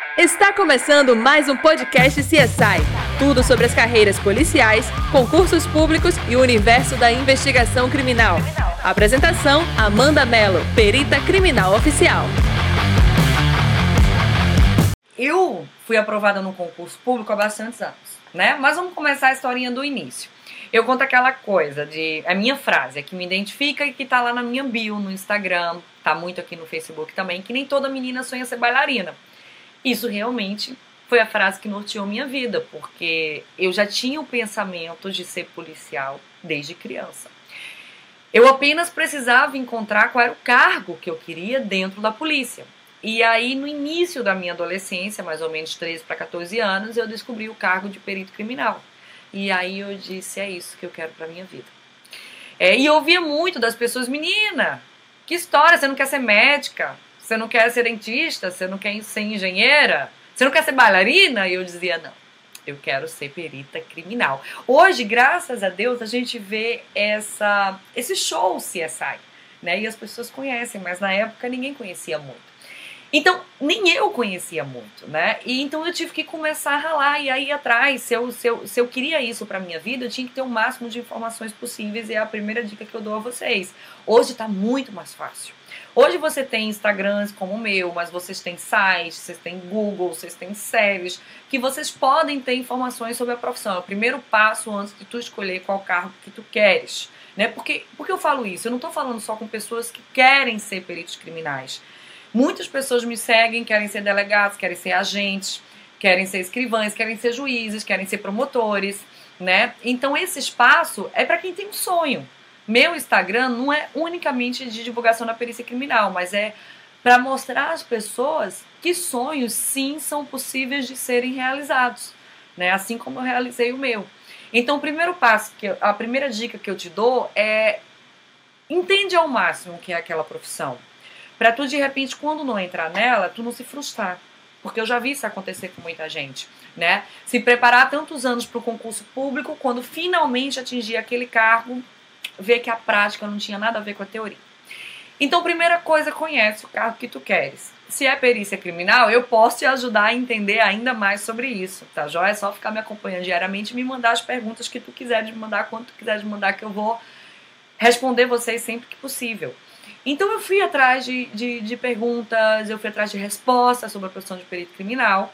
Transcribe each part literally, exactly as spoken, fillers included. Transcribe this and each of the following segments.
Está começando mais um podcast C S I. Tudo sobre as carreiras policiais, concursos públicos e o universo da investigação criminal. Apresentação: Amanda Mello, perita criminal oficial. Eu fui aprovada no concurso público há bastantes anos, né? Mas vamos começar a historinha do início. Eu conto aquela coisa de... A minha frase, é que me identifica e que tá lá na minha bio, no Instagram, tá muito aqui no Facebook também, que nem toda menina sonha ser bailarina. Isso realmente foi a frase que norteou minha vida, porque eu já tinha o pensamento de ser policial desde criança. Eu apenas precisava encontrar qual era o cargo que eu queria dentro da polícia. E aí, no início da minha adolescência, mais ou menos treze para quatorze anos, eu descobri o cargo de perito criminal. E aí eu disse, é isso que eu quero pra minha vida. É, e eu ouvia muito das pessoas, menina, que história, você não quer ser médica? Você não quer ser dentista? Você não quer ser engenheira? Você não quer ser bailarina? E eu dizia, não, eu quero ser perita criminal. Hoje, graças a Deus, a gente vê essa, esse show C S I, né? E as pessoas conhecem, mas na época ninguém conhecia muito. Então, nem eu conhecia muito, né? E então eu tive que começar a ralar e aí atrás, se eu, se eu, se eu queria isso pra minha vida, eu tinha que ter o máximo de informações possíveis e é a primeira dica que eu dou a vocês. Hoje tá muito mais fácil. Hoje você tem Instagrams como o meu, mas vocês têm sites, vocês têm Google, vocês têm séries, que vocês podem ter informações sobre a profissão. É o primeiro passo antes de tu escolher qual cargo que tu queres, né? Porque, porque eu falo isso? Eu não tô falando só com pessoas que querem ser peritos criminais. Muitas pessoas me seguem, querem ser delegados, querem ser agentes, querem ser escrivães, querem ser juízes, querem ser promotores, né? Então esse espaço é para quem tem um sonho. Meu Instagram não é unicamente de divulgação da perícia criminal, mas é para mostrar às pessoas que sonhos sim são possíveis de serem realizados, né? Assim como eu realizei o meu. Então o primeiro passo, que eu, a primeira dica que eu te dou é entende ao máximo o que é aquela profissão. Pra tu, de repente, quando não entrar nela, tu não se frustrar. Porque eu já vi isso acontecer com muita gente, né? Se preparar tantos anos pro concurso público, quando finalmente atingir aquele cargo, ver que a prática não tinha nada a ver com a teoria. Então, primeira coisa, conhece o cargo que tu queres. Se é perícia criminal, eu posso te ajudar a entender ainda mais sobre isso, tá joia? É só ficar me acompanhando diariamente e me mandar as perguntas que tu quiser de mandar, quando tu quiser de mandar, que eu vou responder vocês sempre que possível. Então eu fui atrás de, de, de perguntas, eu fui atrás de respostas sobre a profissão de perito criminal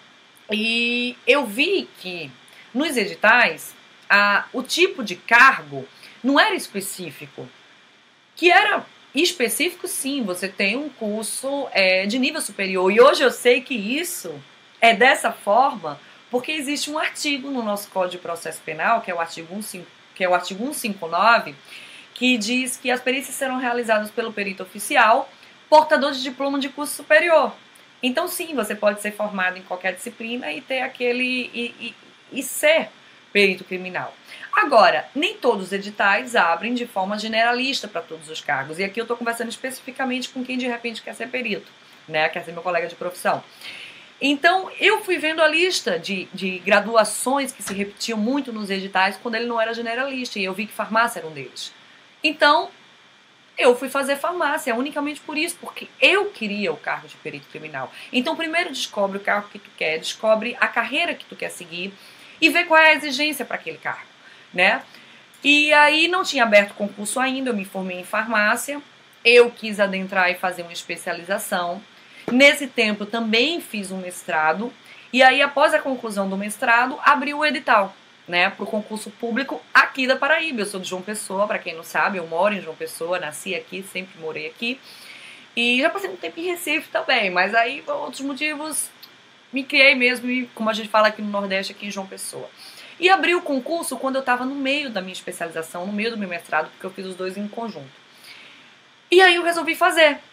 e eu vi que nos editais a, o tipo de cargo não era específico. Que era específico, sim, você tem um curso é, de nível superior e hoje eu sei que isso é dessa forma porque existe um artigo no nosso Código de Processo Penal, que é o artigo cento e cinquenta e nove, que diz que as perícias serão realizadas pelo perito oficial, portador de diploma de curso superior. Então, sim, você pode ser formado em qualquer disciplina e ter aquele e, e, e ser perito criminal. Agora, nem todos os editais abrem de forma generalista para todos os cargos. E aqui eu estou conversando especificamente com quem de repente quer ser perito, né? Quer ser meu colega de profissão. Então, eu fui vendo a lista de, de graduações que se repetiam muito nos editais quando ele não era generalista. E eu vi que farmácia era um deles. Então, eu fui fazer farmácia, unicamente por isso, porque eu queria o cargo de perito criminal. Então, primeiro descobre o cargo que tu quer, descobre a carreira que tu quer seguir e vê qual é a exigência para aquele cargo, né? E aí não tinha aberto concurso ainda, eu me formei em farmácia, eu quis adentrar e fazer uma especialização. Nesse tempo, também fiz um mestrado e aí, após a conclusão do mestrado, abriu o edital, né, para o concurso público aqui da Paraíba. Eu sou de João Pessoa, para quem não sabe, eu moro em João Pessoa, nasci aqui, sempre morei aqui. E já passei um tempo em Recife também, mas aí, por outros motivos, me criei mesmo, como a gente fala aqui no Nordeste, aqui em João Pessoa. E abri o concurso quando eu estava no meio da minha especialização, no meio do meu mestrado, porque eu fiz os dois em conjunto. E aí eu resolvi fazer.